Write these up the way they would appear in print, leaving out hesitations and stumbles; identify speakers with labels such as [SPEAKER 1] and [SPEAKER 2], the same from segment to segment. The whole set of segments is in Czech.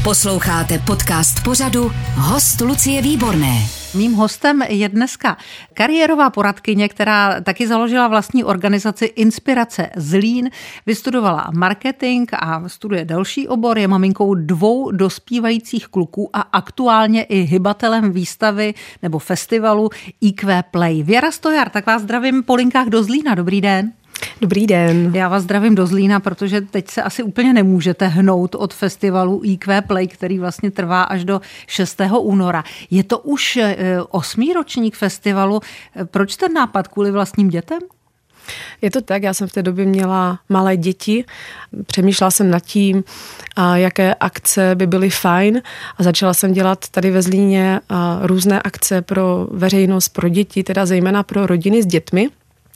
[SPEAKER 1] Posloucháte podcast pořadu Host Lucie Výborné.
[SPEAKER 2] Mým hostem je dneska kariérová poradkyně, která taky založila vlastní organizaci Inspirace Zlín, vystudovala marketing a studuje další obor, je maminkou 2 dospívajících kluků a aktuálně i hybatelem výstavy nebo festivalu IQ Play. Věra Stojar, tak vás zdravím po linkách do Zlína. Dobrý den.
[SPEAKER 3] Dobrý den.
[SPEAKER 2] Já vás zdravím do Zlína, protože teď se asi úplně nemůžete hnout od festivalu IQ Play, který vlastně trvá až do 6. února. Je to už 8. ročník festivalu. Proč ten nápad? Kvůli vlastním dětem?
[SPEAKER 3] Je to tak, já jsem v té době měla malé děti, přemýšlela jsem nad tím, jaké akce by byly fajn a začala jsem dělat tady ve Zlíně různé akce pro veřejnost, pro děti, teda zejména pro rodiny s dětmi.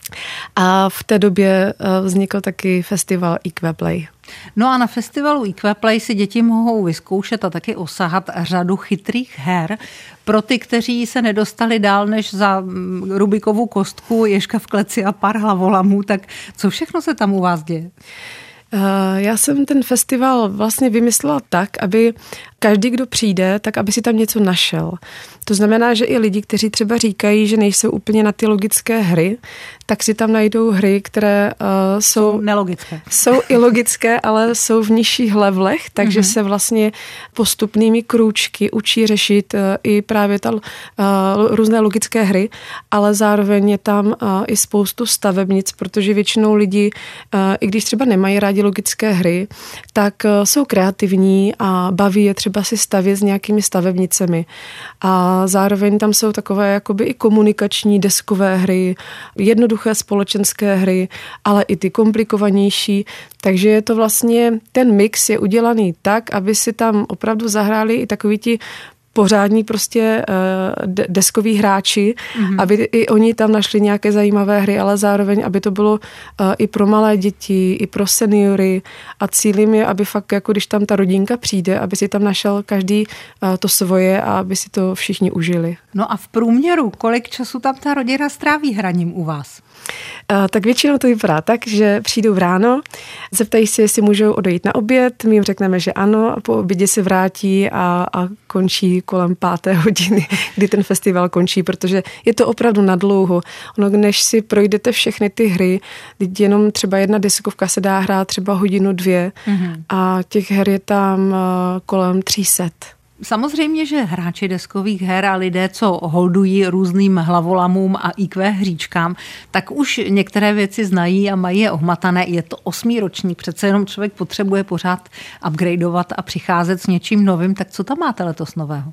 [SPEAKER 3] A v té době vznikl taky festival IQ Play.
[SPEAKER 2] No a na festivalu IQ Play si děti mohou vyzkoušet a taky osahat řadu chytrých her. Pro ty, kteří se nedostali dál než za Rubikovu kostku, Ježka v kleci a pár hlavolamů, tak co všechno se tam u vás děje?
[SPEAKER 3] Já jsem ten festival vlastně vymyslela tak, aby každý, kdo přijde, tak aby si tam něco našel. To znamená, že i lidi, kteří třeba říkají, že nejsou úplně na ty logické hry, tak si tam najdou hry, které jsou
[SPEAKER 2] nelogické.
[SPEAKER 3] Jsou i logické, ale jsou v nižších levelech, takže se vlastně postupnými krůčky učí řešit i právě různé logické hry, ale zároveň je tam i spoustu stavebnic, protože většinou lidi, i když třeba nemají rádi logické hry, tak jsou kreativní a baví je třeba si stavět s nějakými stavebnicemi. A zároveň tam jsou takové jakoby i komunikační deskové hry, jednoduché společenské hry, ale i ty komplikovanější. Takže je to vlastně, ten mix je udělaný tak, aby si tam opravdu zahráli i takoví ti pořádní prostě deskoví hráči, aby i oni tam našli nějaké zajímavé hry, ale zároveň, aby to bylo i pro malé děti, i pro seniory a cílem je, aby fakt, jako když tam ta rodinka přijde, aby si tam našel každý to svoje a aby si to všichni užili.
[SPEAKER 2] No a v průměru, kolik času tam ta rodina stráví hraním u vás?
[SPEAKER 3] Tak většinou to vypadá tak, že přijdou ráno, zeptají se, jestli můžou odejít na oběd, my jim řekneme, že ano, a po obědě se vrátí a končí kolem 5. hodiny, kdy ten festival končí, protože je to opravdu nadlouho. Ono, než si projdete všechny ty hry, jenom třeba jedna deskovka se dá hrát třeba 1-2 hodiny a těch her je tam kolem 300.
[SPEAKER 2] Samozřejmě, že hráči deskových her a lidé, co holdují různým hlavolamům a IQ hříčkám, tak už některé věci znají a mají je ohmatané. Je to 8. ročník, přece jenom člověk potřebuje pořád upgradeovat a přicházet s něčím novým. Tak co tam máte letos nového?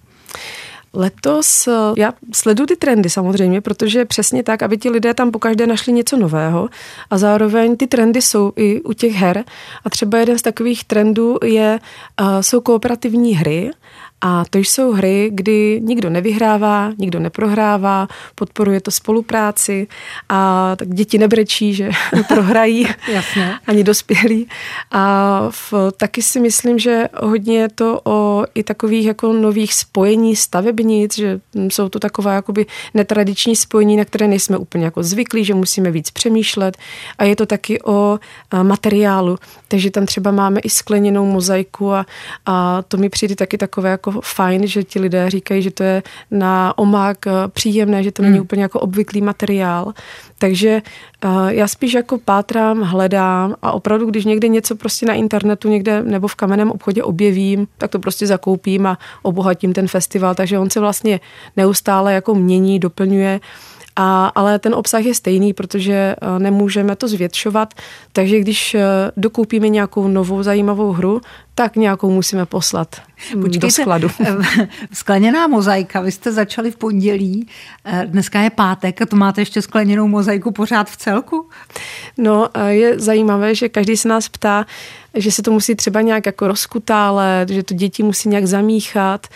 [SPEAKER 3] Letos já sleduju ty trendy samozřejmě, protože přesně tak, aby ti lidé tam pokaždé našli něco nového a zároveň ty trendy jsou i u těch her a třeba jeden z takových trendů jsou kooperativní hry. A to jsou hry, kdy nikdo nevyhrává, nikdo neprohrává, podporuje to spolupráci a tak děti nebrečí, že prohrají.
[SPEAKER 2] Jasně.
[SPEAKER 3] Ani dospělí. A taky si myslím, že hodně je to o i takových jako nových spojení stavebnic, že jsou to taková jakoby netradiční spojení, na které nejsme úplně jako zvyklí, že musíme víc přemýšlet. A je to taky o materiálu. Takže tam třeba máme i skleněnou mozaiku a to mi přijde taky takové jako fajn, že ti lidé říkají, že to je na omák příjemné, že to není úplně jako obvyklý materiál. Takže já spíš jako pátrám, hledám a opravdu, když někde něco prostě na internetu někde nebo v kamenném obchodě objevím, tak to prostě zakoupím a obohatím ten festival. Takže on se vlastně neustále jako mění, doplňuje. Ale ten obsah je stejný, protože nemůžeme to zvětšovat, takže když dokoupíme nějakou novou zajímavou hru, tak nějakou musíme poslat do skladu.
[SPEAKER 2] Skleněná mozaika, vy jste začali v pondělí, dneska je pátek a to máte ještě skleněnou mozaiku pořád v celku?
[SPEAKER 3] No, je zajímavé, že každý se nás ptá, že se to musí třeba nějak jako rozkutálet, že to děti musí nějak zamíchat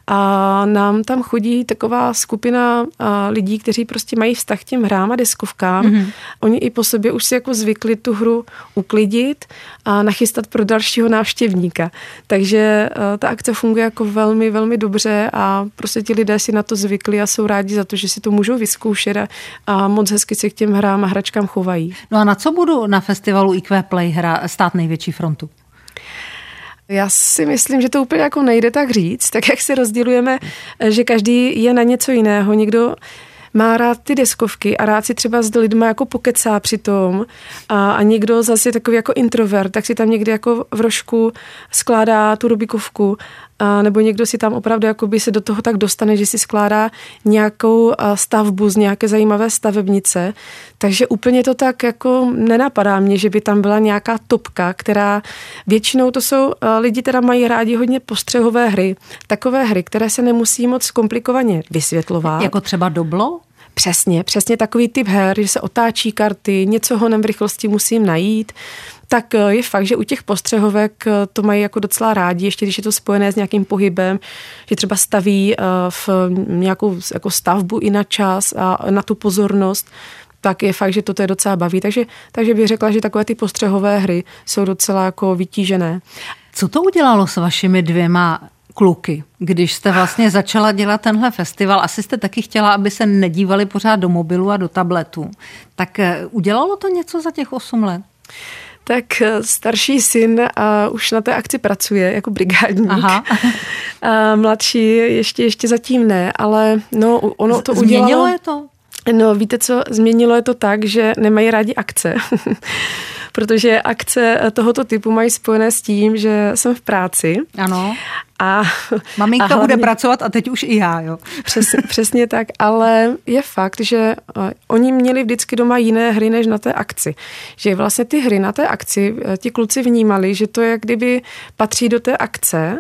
[SPEAKER 3] a nám tam chodí taková skupina lidí, kteří prostě mají vztah k těm hrám a deskovkám. Oni i po sobě už si jako zvykli tu hru uklidit a nachystat pro dalšího návštěvníka. Takže ta akce funguje jako velmi, velmi dobře a prostě ti lidé si na to zvykli a jsou rádi za to, že si to můžou vyzkoušet a moc hezky se k těm hrám a hračkám chovají.
[SPEAKER 2] No a na co budu na festivalu IQ Play stát největší frontu?
[SPEAKER 3] Já si myslím, že to úplně jako nejde tak říct, tak jak se rozdělujeme, že každý je na něco jiného. Někdo má rád ty deskovky a rád si třeba s lidma jako pokecá přitom a někdo zase je takový jako introvert, tak si tam někdy jako v rožku skládá tu Rubikovku, a nebo někdo si tam opravdu jakoby se do toho tak dostane, že si skládá nějakou stavbu z nějaké zajímavé stavebnice, takže úplně to tak jako nenapadá mě, že by tam byla nějaká topka, která většinou to jsou, lidi teda mají rádi hodně postřehové hry, takové hry, které se nemusí moc komplikovaně vysvětlovat.
[SPEAKER 2] Jako třeba Doblo?
[SPEAKER 3] Přesně takový typ her, že se otáčí karty, něco honem v rychlosti musím najít, tak je fakt, že u těch postřehovek to mají jako docela rádi, ještě když je to spojené s nějakým pohybem, že třeba staví v nějakou jako stavbu i na čas a na tu pozornost, tak je fakt, že toto je docela baví. Takže bych řekla, že takové ty postřehové hry jsou docela jako vytížené.
[SPEAKER 2] Co to udělalo s vašimi 2 kluky, když jste vlastně začala dělat tenhle festival? Asi jste taky chtěla, aby se nedívali pořád do mobilu a do tabletu. Tak udělalo to něco za těch 8 let?
[SPEAKER 3] Tak starší syn už na té akci pracuje jako brigádník. Aha. A mladší ještě zatím ne, ale no, ono to udělalo.
[SPEAKER 2] Změnilo je to?
[SPEAKER 3] No, víte co, změnilo je to tak, že nemají rádi akce. Protože akce tohoto typu mají spojené s tím, že jsem v práci.
[SPEAKER 2] Ano. Maminka hlavně bude pracovat a teď už i já, jo.
[SPEAKER 3] Přesně tak, ale je fakt, že oni měli vždycky doma jiné hry než na té akci. Že vlastně ty hry na té akci, ti kluci vnímali, že to je, kdyby patří do té akce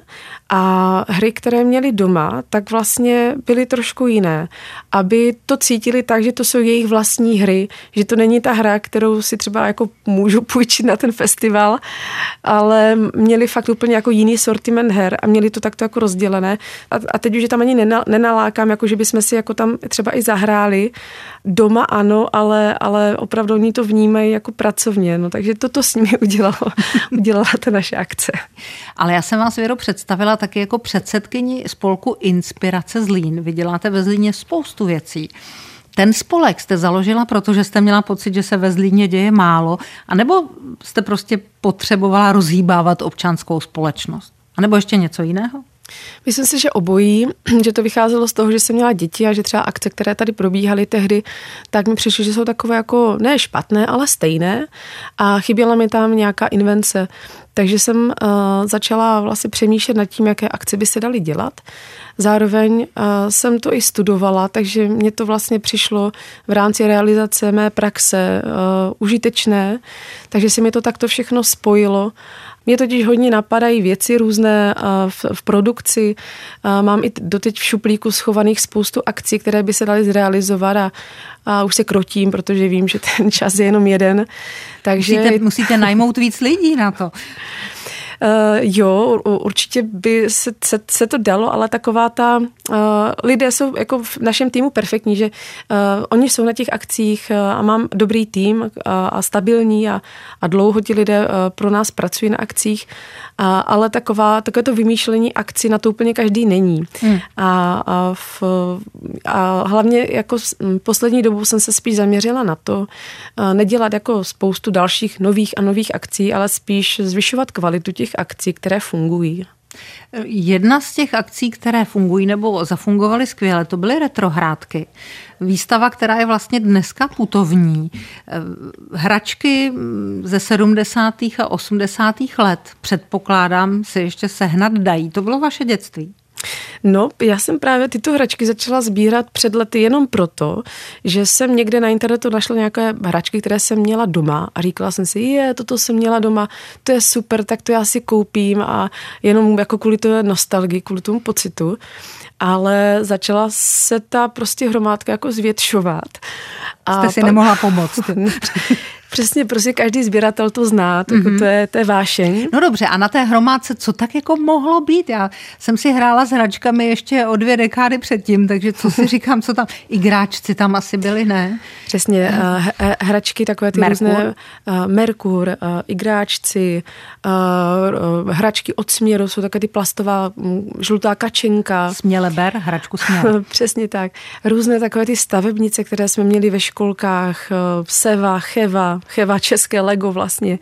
[SPEAKER 3] a hry, které měli doma, tak vlastně byly trošku jiné. Aby to cítili tak, že to jsou jejich vlastní hry, že to není ta hra, kterou si třeba jako můžu půjčit na ten festival, ale měli fakt úplně jako jiný sortiment her a měli to takto jako rozdělené. A teď už je tam ani nenalákám, jako že bychom si jako tam třeba i zahráli. Doma ano, ale opravdu oni to vnímají jako pracovně. No, takže toto s nimi udělala ta naše akce.
[SPEAKER 2] Ale já jsem vás, Věro, představila taky jako předsedkyni spolku Inspirace Zlín. Vy děláte ve Zlíně spoustu věcí. Ten spolek jste založila, protože jste měla pocit, že se ve Zlíně děje málo, anebo jste prostě potřebovala rozhýbávat občanskou společnost? A nebo ještě něco jiného?
[SPEAKER 3] Myslím si, že obojí, že to vycházelo z toho, že jsem měla děti a že třeba akce, které tady probíhaly tehdy, tak mi přišlo, že jsou takové jako ne špatné, ale stejné a chyběla mi tam nějaká invence. Takže jsem začala vlastně přemýšlet nad tím, jaké akce by se daly dělat. Zároveň jsem to i studovala, takže mně to vlastně přišlo v rámci realizace mé praxe užitečné, takže se mi to takto všechno spojilo. Mě totiž hodně napadají věci různé v produkci. Mám i doteď v šuplíku schovaných spoustu akcí, které by se daly zrealizovat a už se krotím, protože vím, že ten čas je jenom jeden. Takže
[SPEAKER 2] musíte najmout víc lidí na to.
[SPEAKER 3] Jo, určitě by se to dalo, ale taková ta... lidé jsou jako v našem týmu perfektní, že oni jsou na těch akcích a mám dobrý tým a stabilní a dlouho ti lidé pro nás pracují na akcích, ale takové to vymýšlení akcí na to úplně každý není. A hlavně jako poslední dobou jsem se spíš zaměřila na to, nedělat jako spoustu dalších nových akcí, ale spíš zvyšovat kvalitu těch akcí, které fungují.
[SPEAKER 2] Jedna z těch akcí, které fungují nebo zafungovaly skvěle, to byly retrohrádky. Výstava, která je vlastně dneska putovní. Hračky ze 70. a 80. let, předpokládám, se ještě sehnat dají. To bylo vaše dětství?
[SPEAKER 3] No, já jsem právě tyto hračky začala sbírat před lety jenom proto, že jsem někde na internetu našla nějaké hračky, které jsem měla doma a říkala jsem si, toto jsem měla doma, to je super, tak to já si koupím a jenom jako kvůli té nostalgii, kvůli tomu pocitu. Ale začala se ta prostě hromádka jako zvětšovat.
[SPEAKER 2] Jste si nemohla pomoct.
[SPEAKER 3] Přesně, prostě každý sběratel to zná, to je vášeň.
[SPEAKER 2] No dobře, a na té hromádce co tak jako mohlo být? Já jsem si hrála s hračkami ještě o 2 dekády předtím, takže co si říkám, co tam, igráčci tam asi byli, ne?
[SPEAKER 3] Přesně, hračky takové ty různé, Merkur, igráčci, hračky od Směru, jsou takové ty plastová žlutá kačenka.
[SPEAKER 2] Směleber, hračku Směl.
[SPEAKER 3] Přesně tak. Různé takové ty stavebnice, které jsme měli ve školkách, Seva, Cheva, Cheva české Lego vlastně.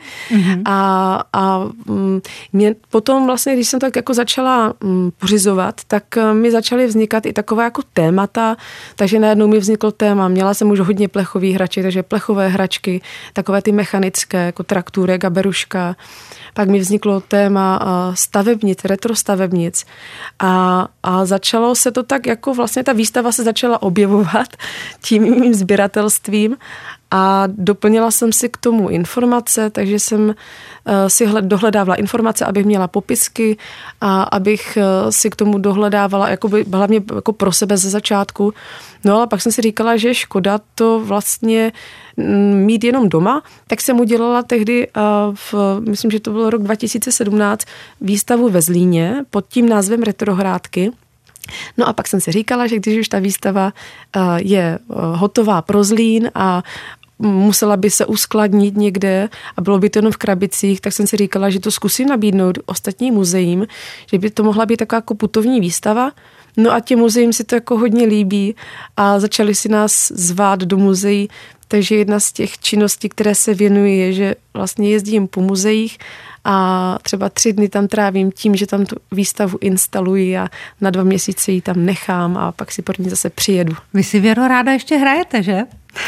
[SPEAKER 3] A mě potom vlastně, když jsem tak jako začala pořizovat, tak mi začaly vznikat i takové jako témata, takže najednou mi vzniklo téma, měla jsem už hodně plechových hraček, takže plechové hračky, takové ty mechanické, jako traktůrek a beruška. Pak mi vzniklo téma stavebnic, retrostavebnic a začalo se to tak, jako vlastně ta výstava se začala objevovat tím mým sběratelstvím a doplnila jsem si k tomu informace, takže jsem si dohledávala informace, abych měla popisky a abych si k tomu dohledávala jakoby, hlavně jako pro sebe ze začátku. No ale pak jsem si říkala, že je škoda to vlastně mít jenom doma, tak jsem udělala tehdy, myslím, že to byl rok 2017, výstavu ve Zlíně pod tím názvem Retrohrádky. No a pak jsem si říkala, že když už ta výstava je hotová pro Zlín a musela by se uskladnit někde a bylo by to jenom v krabicích, tak jsem si říkala, že to zkusím nabídnout ostatním muzeím, že by to mohla být taková jako putovní výstava. No a těm muzeím si to jako hodně líbí a začali si nás zvát do muzeí, takže jedna z těch činností, které se věnuji, je, že vlastně jezdím po muzeích a třeba 3 dny tam trávím tím, že tam tu výstavu instaluji a na 2 měsíce ji tam nechám a pak si pro ní zase přijedu.
[SPEAKER 2] Vy si, Věro, ráda ještě hrajete, že?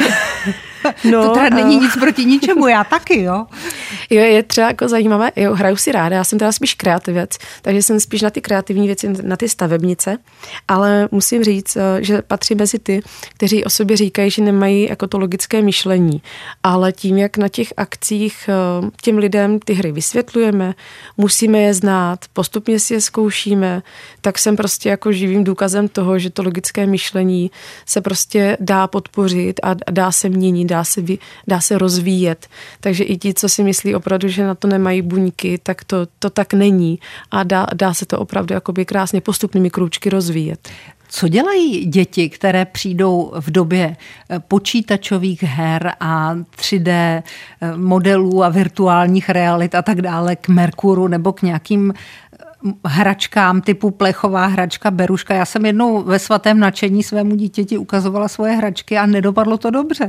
[SPEAKER 2] No, to teda není nic proti ničemu, já taky, jo?
[SPEAKER 3] Jo, je třeba jako zajímavé, jo, hraju si ráda, já jsem teda spíš kreativec, takže jsem spíš na ty kreativní věci, na ty stavebnice, ale musím říct, že patří mezi ty, kteří o sobě říkají, že nemají jako to logické myšlení, ale tím, jak na těch akcích těm lidem ty hry vysvětlujeme, musíme je znát, postupně si je zkoušíme, tak jsem prostě jako živým důkazem toho, že to logické myšlení se prostě dá podpořit a dá se měnit, dá se rozvíjet. Takže i ti, co si myslí opravdu, že na to nemají buňky, tak to tak není. A dá se to opravdu jakoby krásně postupnými krůčky rozvíjet.
[SPEAKER 2] Co dělají děti, které přijdou v době počítačových her a 3D modelů a virtuálních realit a tak dále k Merkuru nebo k nějakým hračkám typu plechová hračka, beruška. Já jsem jednou ve svatém nadšení svému dítěti ukazovala svoje hračky a nedopadlo to dobře.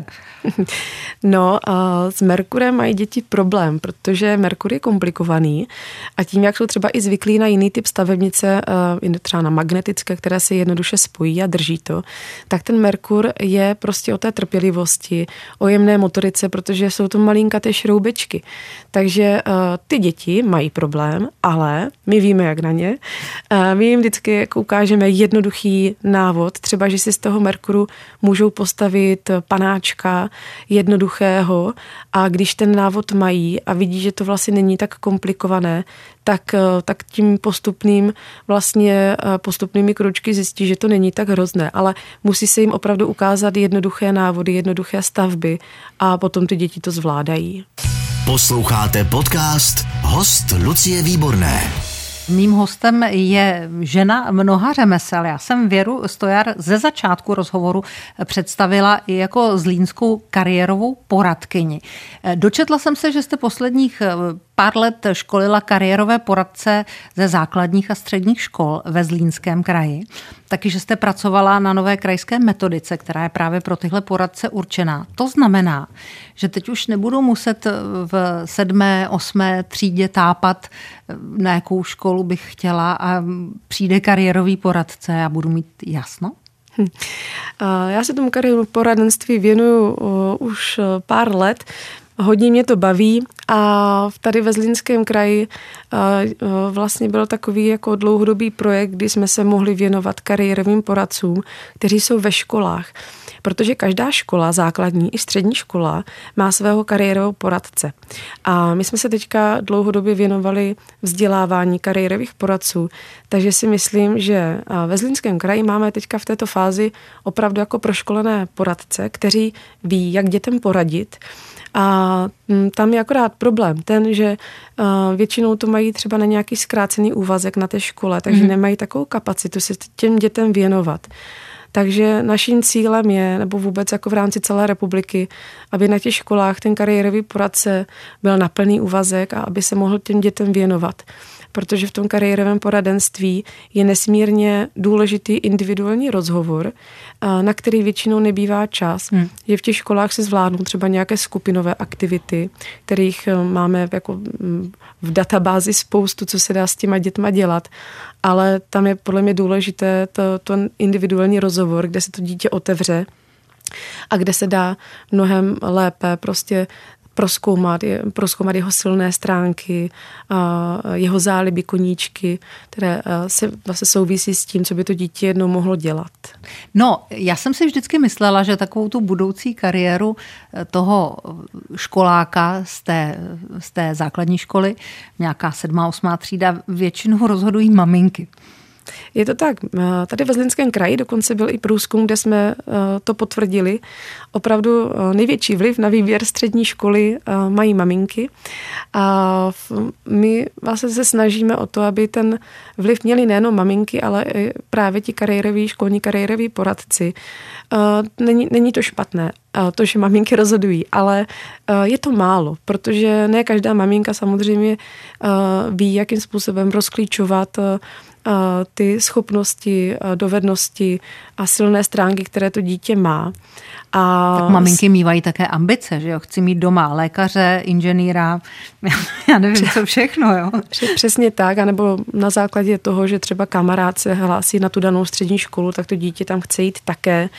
[SPEAKER 3] No, s Merkurem mají děti problém, protože Merkur je komplikovaný a tím, jak jsou třeba i zvyklí na jiný typ stavebnice, třeba na magnetické, které se jednoduše spojí a drží to, tak ten Merkur je prostě o té trpělivosti, o jemné motorice, protože jsou to malinkaté šroubečky. Takže ty děti mají problém, ale my víme, jak na ně. My jim vždycky jako ukážeme jednoduchý návod, třeba, že si z toho Merkuru můžou postavit panáčka jednoduchého a když ten návod mají a vidí, že to vlastně není tak komplikované, tak tím postupnými kručky zjistí, že to není tak hrozné, ale musí se jim opravdu ukázat jednoduché návody, jednoduché stavby a potom ty děti to zvládají.
[SPEAKER 4] Posloucháte podcast Host Lucie Výborné.
[SPEAKER 2] Mým hostem je žena mnoha řemesel. Já jsem Věru Stojar ze začátku rozhovoru představila i jako zlínskou kariérovou poradkyni. Dočetla jsem se, že jste posledních pár let školila kariérové poradce ze základních a středních škol ve Zlínském kraji. Taky, že jste pracovala na nové krajské metodice, která je právě pro tyhle poradce určená. To znamená, že teď už nebudu muset v 7., 8. třídě tápat, na jakou školu bych chtěla a přijde kariérový poradce a budu mít jasno?
[SPEAKER 3] Já se tomu kariérovému poradenství věnuju už pár let. Hodně mě to baví a tady ve Zlínském kraji vlastně byl takový jako dlouhodobý projekt, kdy jsme se mohli věnovat kariérovým poradcům, kteří jsou ve školách. Protože každá škola, základní i střední škola, má svého kariérového poradce. A my jsme se teďka dlouhodobě věnovali vzdělávání kariérových poradců, takže si myslím, že ve Zlínském kraji máme teďka v této fázi opravdu jako proškolené poradce, kteří ví, jak dětem poradit. A tam je akorát problém ten, že většinou to mají třeba na nějaký zkrácený úvazek na té škole, takže nemají takovou kapacitu se těm dětem věnovat. Takže naším cílem je, nebo vůbec jako v rámci celé republiky, aby na těch školách ten kariérový poradce byl na plný úvazek a aby se mohl těm dětem věnovat. protože v tom kariérovém poradenství je nesmírně důležitý individuální rozhovor, na který většinou nebývá čas. Že v těch školách se zvládnou třeba nějaké skupinové aktivity, kterých máme jako v databázi spoustu, co se dá s těma dětma dělat, ale tam je podle mě důležité to individuální rozhovor, kde se to otevře a kde se dá mnohem lépe prostě prozkoumat jeho silné stránky, jeho záliby, koníčky, které se vlastně souvisí s tím, co by to dítě jednou mohlo dělat.
[SPEAKER 2] No, já jsem si vždycky myslela, že takovou tu budoucí kariéru toho školáka z té základní školy, nějaká 7., 8. třída, většinou rozhodují maminky.
[SPEAKER 3] Je to tak. Tady ve Zlínském kraji dokonce byl i průzkum, kde jsme to potvrdili. Opravdu největší vliv na výběr střední školy mají maminky. A my vlastně se snažíme o to, aby ten vliv měli nejenom maminky, ale i právě ti školní kariéroví poradci. Není to špatné, to, že maminky rozhodují, ale je to málo, protože ne každá maminka samozřejmě ví, jakým způsobem rozklíčovat ty schopnosti, dovednosti a silné stránky, které to dítě má.
[SPEAKER 2] Tak maminky mívají také ambice, že jo? Chci mít doma lékaře, inženýra, já nevím, co všechno, jo?
[SPEAKER 3] Přesně tak, anebo na základě toho, že třeba kamarád se hlásí na tu danou střední školu, tak to dítě tam chce jít také.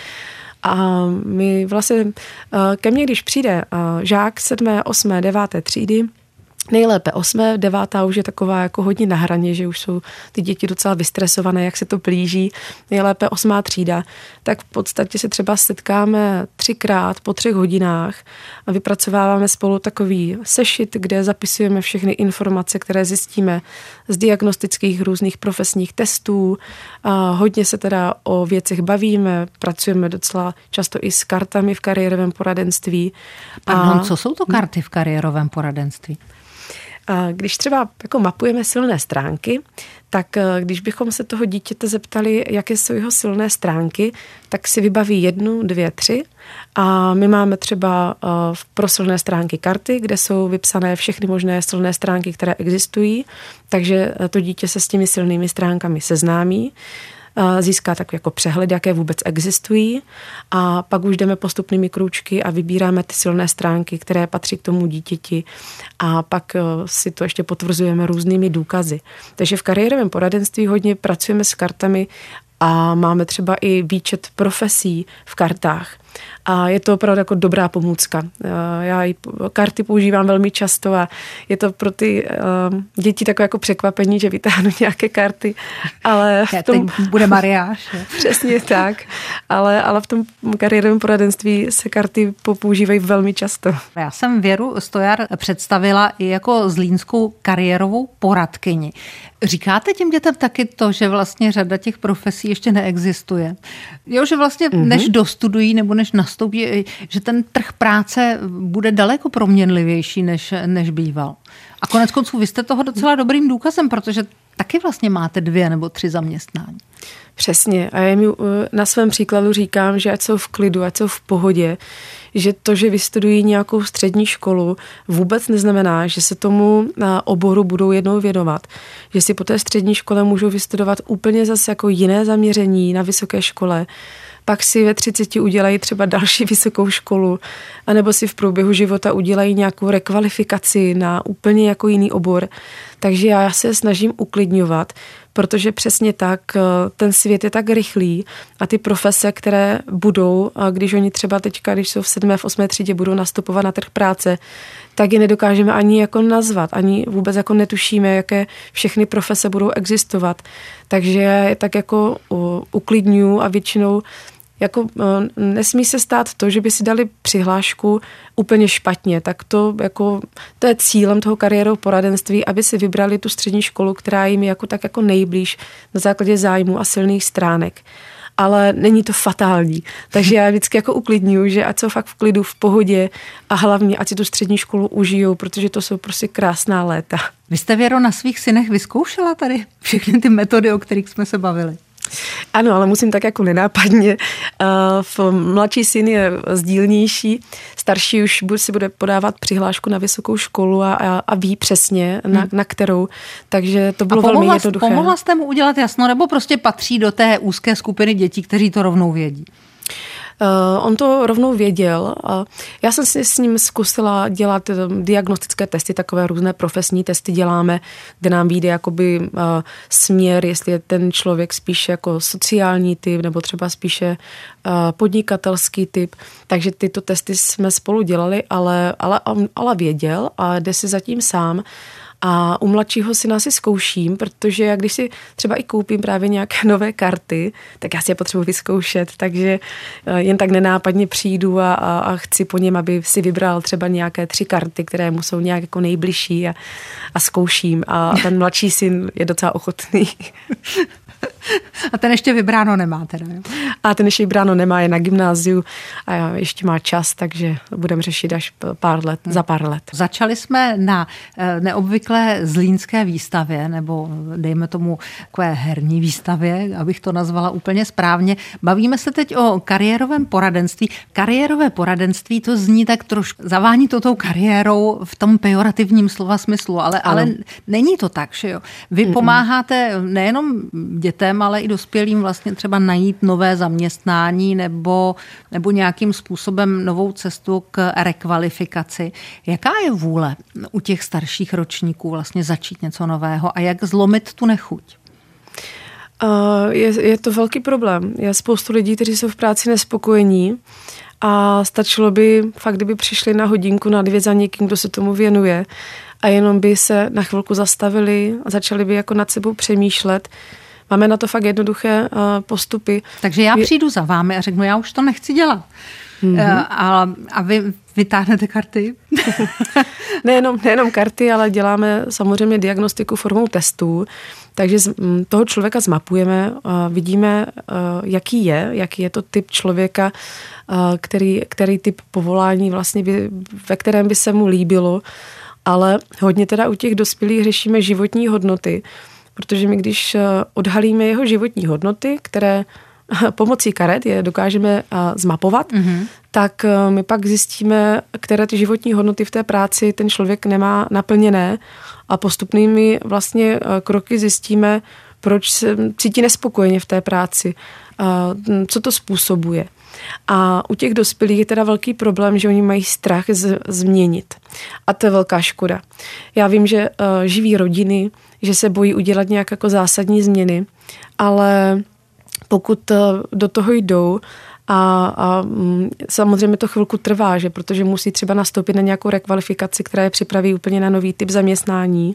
[SPEAKER 3] A my vlastně, ke mně, když přijde žák 7., 8., 9. třídy, nejlépe 8., 9. už je taková jako hodně na hraně, že už jsou ty děti docela vystresované, jak se to blíží. Nejlépe 8. třída, tak v podstatě se třeba setkáme 3krát po 3 hodinách a vypracováváme spolu takový sešit, kde zapisujeme všechny informace, které zjistíme z diagnostických různých profesních testů. A hodně se teda o věcech bavíme, pracujeme docela často i s kartami v kariérovém poradenství.
[SPEAKER 2] Pardon, co jsou to karty v kariérovém poradenství?
[SPEAKER 3] Když třeba jako mapujeme silné stránky, tak když bychom se toho dítěte zeptali, jaké jsou jeho silné stránky, tak si vybaví 1, 2, 3 a my máme třeba pro silné stránky karty, kde jsou vypsané všechny možné silné stránky, které existují, takže to dítě se s těmi silnými stránkami seznámí, získá takový jako přehled, jaké vůbec existují a pak už jdeme postupnými krůčky a vybíráme ty silné stránky, které patří k tomu dítěti a pak si to ještě potvrzujeme různými důkazy. Takže v kariérovém poradenství hodně pracujeme s kartami a máme třeba i výčet profesí v kartách. A je to opravdu jako dobrá pomůcka. Já karty používám velmi často a je to pro ty děti takové jako překvapení, že vytáhnu nějaké karty. Ale v tom
[SPEAKER 2] bude mariáš.
[SPEAKER 3] Přesně tak. Ale v tom kariérovém poradenství se karty používají velmi často.
[SPEAKER 2] Já jsem Věru Stojar představila i jako zlínskou kariérovou poradkyni. Říkáte těm dětem taky to, že vlastně řada těch profesí ještě neexistuje? Jo, že vlastně než dostudují nebo než nastoupí, že ten trh práce bude daleko proměnlivější, než býval. A konec konců vy jste toho docela dobrým důkazem, protože taky vlastně máte 2 nebo 3 zaměstnání.
[SPEAKER 3] Přesně. A já mi na svém příkladu říkám, že ať jsou v klidu, ať jsou v pohodě, že to, že vystudují nějakou střední školu, vůbec neznamená, že se tomu oboru budou jednou věnovat. Že si po té střední škole můžou vystudovat úplně zase jako jiné zaměření na vysoké škole, pak si ve 30 udělají třeba další vysokou školu, anebo si v průběhu života udělají nějakou rekvalifikaci na úplně jako jiný obor. Takže já se snažím uklidňovat, protože přesně tak, ten svět je tak rychlý a ty profese, které budou, když oni třeba teďka, když jsou v 7., v 8. třídě, budou nastupovat na trh práce, tak je nedokážeme ani jako nazvat, ani vůbec jako netušíme, jaké všechny profese budou existovat. Takže já je tak jako uklidňuji a většinou jako nesmí se stát to, že by si dali přihlášku úplně špatně, tak to je cílem toho kariérového poradenství, aby si vybrali tu střední školu, která jim je tak jako nejblíž na základě zájmu a silných stránek. Ale není to fatální. Takže já vždycky jako uklidňuji, že ať jsou fakt v klidu, v pohodě a hlavně ať si tu střední školu užijou, protože to jsou prostě krásná léta.
[SPEAKER 2] Vy jste, Věro, na svých synech vyzkoušela tady všechny ty metody, o kterých jsme se bavili?
[SPEAKER 3] Ano, ale musím tak jako nenápadně Mladší syn je sdílnější, starší už si bude podávat přihlášku na vysokou školu a ví přesně, na kterou. Takže to bylo velmi jednoduché.
[SPEAKER 2] Pomohla jste mu udělat jasno, nebo prostě patří do té úzké skupiny dětí, kteří to rovnou vědí?
[SPEAKER 3] On to rovnou věděl. Já jsem si s ním zkusila dělat diagnostické testy, takové různé profesní testy děláme, kde nám vyjde jakoby směr, jestli je ten člověk spíše jako sociální typ nebo třeba spíše podnikatelský typ. Takže tyto testy jsme spolu dělali, ale věděl a jde si zatím sám. A u mladšího syna si zkouším, protože já když si třeba i koupím právě nějaké nové karty, tak já si je potřebuji vyzkoušet, takže jen tak nenápadně přijdu a chci po něm, aby si vybral třeba nějaké 3 karty, které mu jsou nějak jako nejbližší a zkouším. A ten mladší syn je docela ochotný.
[SPEAKER 2] A ten ještě vybráno nemá teda, jo?
[SPEAKER 3] A ten ještě vybráno nemá, je na gymnáziu a ještě má čas, takže budeme řešit až za pár let.
[SPEAKER 2] Začali jsme na neobvyklé zlínské výstavě, nebo dejme tomu takové herní výstavě, abych to nazvala úplně správně. Bavíme se teď o kariérovém poradenství. Kariérové poradenství, to zní tak trošku, zavání to tou kariérou v tom pejorativním slova smyslu, ale není to tak, že jo? Vy pomáháte nejenom dětem, ale i dospělým vlastně třeba najít nové zaměstnání nebo nějakým způsobem novou cestu k rekvalifikaci. Jaká je vůle u těch starších ročníků vlastně začít něco nového a jak zlomit tu nechuť?
[SPEAKER 3] Je to velký problém. Je spoustu lidí, kteří jsou v práci nespokojení a stačilo by fakt, kdyby přišli na hodinku, na 2 za někým, kdo se tomu věnuje a jenom by se na chvilku zastavili a začali by jako nad sebou přemýšlet. Máme na to fakt jednoduché postupy.
[SPEAKER 2] Takže já přijdu za vámi a řeknu, já už to nechci dělat. Mm-hmm. A vy vytáhnete karty?
[SPEAKER 3] Nejenom karty, ale děláme samozřejmě diagnostiku formou testů. Takže toho člověka zmapujeme, vidíme, jaký je to typ člověka, který typ povolání vlastně ve kterém by se mu líbilo. Ale hodně teda u těch dospělých řešíme životní hodnoty, protože my když odhalíme jeho životní hodnoty, které pomocí karet je dokážeme zmapovat, tak my pak zjistíme, které ty životní hodnoty v té práci ten člověk nemá naplněné a postupnými vlastně kroky zjistíme, proč se cítí nespokojeně v té práci, co to způsobuje. A u těch dospělých je teda velký problém, že oni mají strach změnit. A to je velká škoda. Já vím, že živí rodiny, že se bojí udělat nějak jako zásadní změny, ale pokud do toho jdou a samozřejmě to chvilku trvá, že protože musí třeba nastoupit na nějakou rekvalifikaci, která je připraví úplně na nový typ zaměstnání,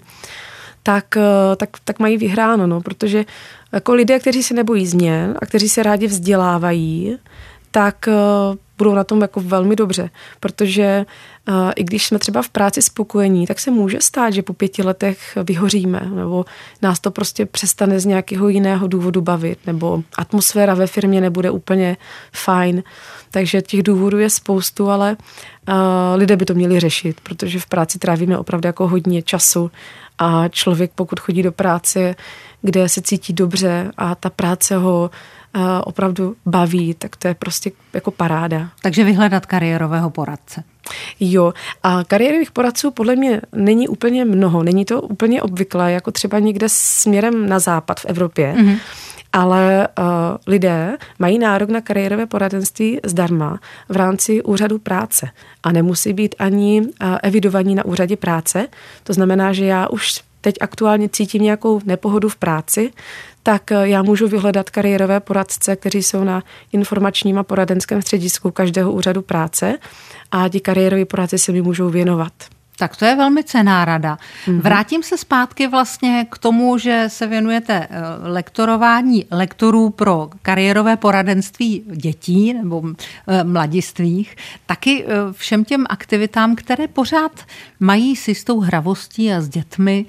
[SPEAKER 3] tak mají vyhráno, no, protože jako lidé, kteří se nebojí změn a kteří se rádi vzdělávají, tak budou na tom jako velmi dobře, protože i když jsme třeba v práci spokojení, tak se může stát, že po 5 letech vyhoříme, nebo nás to prostě přestane z nějakého jiného důvodu bavit, nebo atmosféra ve firmě nebude úplně fajn. Takže těch důvodů je spoustu, ale lidé by to měli řešit, protože v práci trávíme opravdu jako hodně času a člověk, pokud chodí do práce, kde se cítí dobře a ta práce ho opravdu baví, tak to je prostě jako paráda.
[SPEAKER 2] Takže vyhledat kariérového poradce.
[SPEAKER 3] Jo, a kariérových poradců podle mě není úplně mnoho, není to úplně obvyklé, jako třeba někde směrem na západ v Evropě, ale lidé mají nárok na kariérové poradenství zdarma v rámci úřadu práce a nemusí být ani evidovaní na úřadě práce. To znamená, že já už teď aktuálně cítím nějakou nepohodu v práci, tak já můžu vyhledat kariérové poradce, kteří jsou na informačním a poradenském středisku každého úřadu práce a ti kariéroví poradci se mi můžou věnovat.
[SPEAKER 2] Tak to je velmi cenná rada. Vrátím se zpátky vlastně k tomu, že se věnujete lektorování lektorů pro kariérové poradenství dětí nebo mladistvých, taky všem těm aktivitám, které pořád mají s jistou hravostí a s dětmi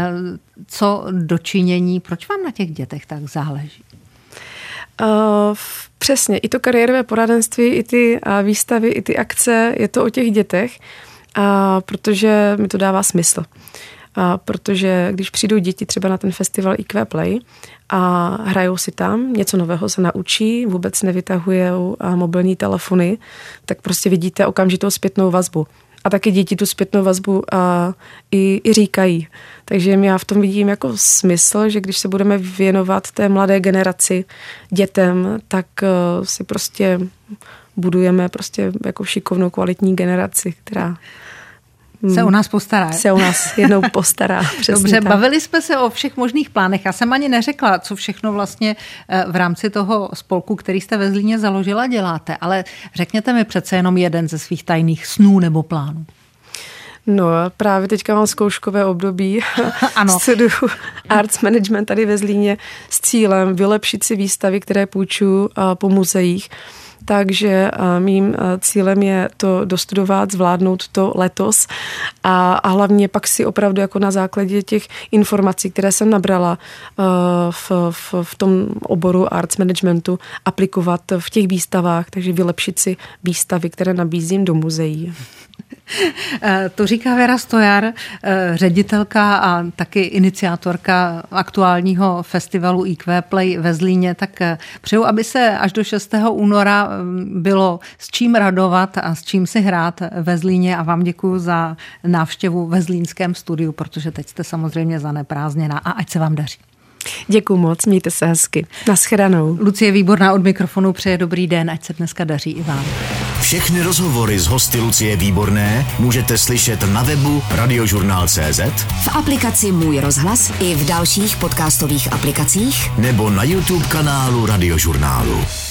[SPEAKER 2] co dočinění. Proč vám na těch dětech tak záleží?
[SPEAKER 3] Přesně, i to kariérové poradenství, i ty výstavy, i ty akce, je to o těch dětech, protože mi to dává smysl. protože když přijdou děti třeba na ten festival IQ Play a hrajou si tam, něco nového se naučí, vůbec nevytahujou mobilní telefony, tak prostě vidíte okamžitou zpětnou vazbu. A taky děti tu zpětnou vazbu i říkají. Takže já v tom vidím jako smysl, že když se budeme věnovat té mladé generaci, dětem, tak si prostě budujeme prostě jako šikovnou kvalitní generaci, která
[SPEAKER 2] se o nás postará.
[SPEAKER 3] Se o nás jednou postará.
[SPEAKER 2] Dobře,
[SPEAKER 3] tak.
[SPEAKER 2] Bavili jsme se o všech možných plánech. Já jsem ani neřekla, co všechno vlastně v rámci toho spolku, který jste ve Zlíně založila, děláte, ale řekněte mi přece jenom jeden ze svých tajných snů nebo plánů.
[SPEAKER 3] No, právě teďka mám zkouškové období.
[SPEAKER 2] Ano.
[SPEAKER 3] Studuju Arts Management tady ve Zlíně s cílem vylepšit si výstavy, které půjčuju po muzeích. Takže mým cílem je to dostudovat, zvládnout to letos a hlavně pak si opravdu jako na základě těch informací, které jsem nabrala v tom oboru arts managementu, aplikovat v těch výstavách, takže vylepšit si výstavy, které nabízím do muzeí.
[SPEAKER 2] To říká Věra Stojar, ředitelka a taky iniciátorka aktuálního festivalu IQ Play ve Zlíně. Tak přeju, aby se až do 6. února bylo s čím radovat a s čím si hrát ve Zlíně a vám děkuji za návštěvu ve zlínském studiu, protože teď jste samozřejmě zaneprázdněná a ať se vám daří.
[SPEAKER 3] Děkuji moc, mějte se hezky. Naschledanou.
[SPEAKER 2] Lucie Výborná od mikrofonu přeje dobrý den, ať se dneska daří i vám.
[SPEAKER 4] Všechny rozhovory s hosty Lucie Výborné můžete slyšet na webu Radiožurnál.cz,
[SPEAKER 1] v aplikaci Můj rozhlas i v dalších podcastových aplikacích
[SPEAKER 4] nebo na YouTube kanálu Radiožurnálu.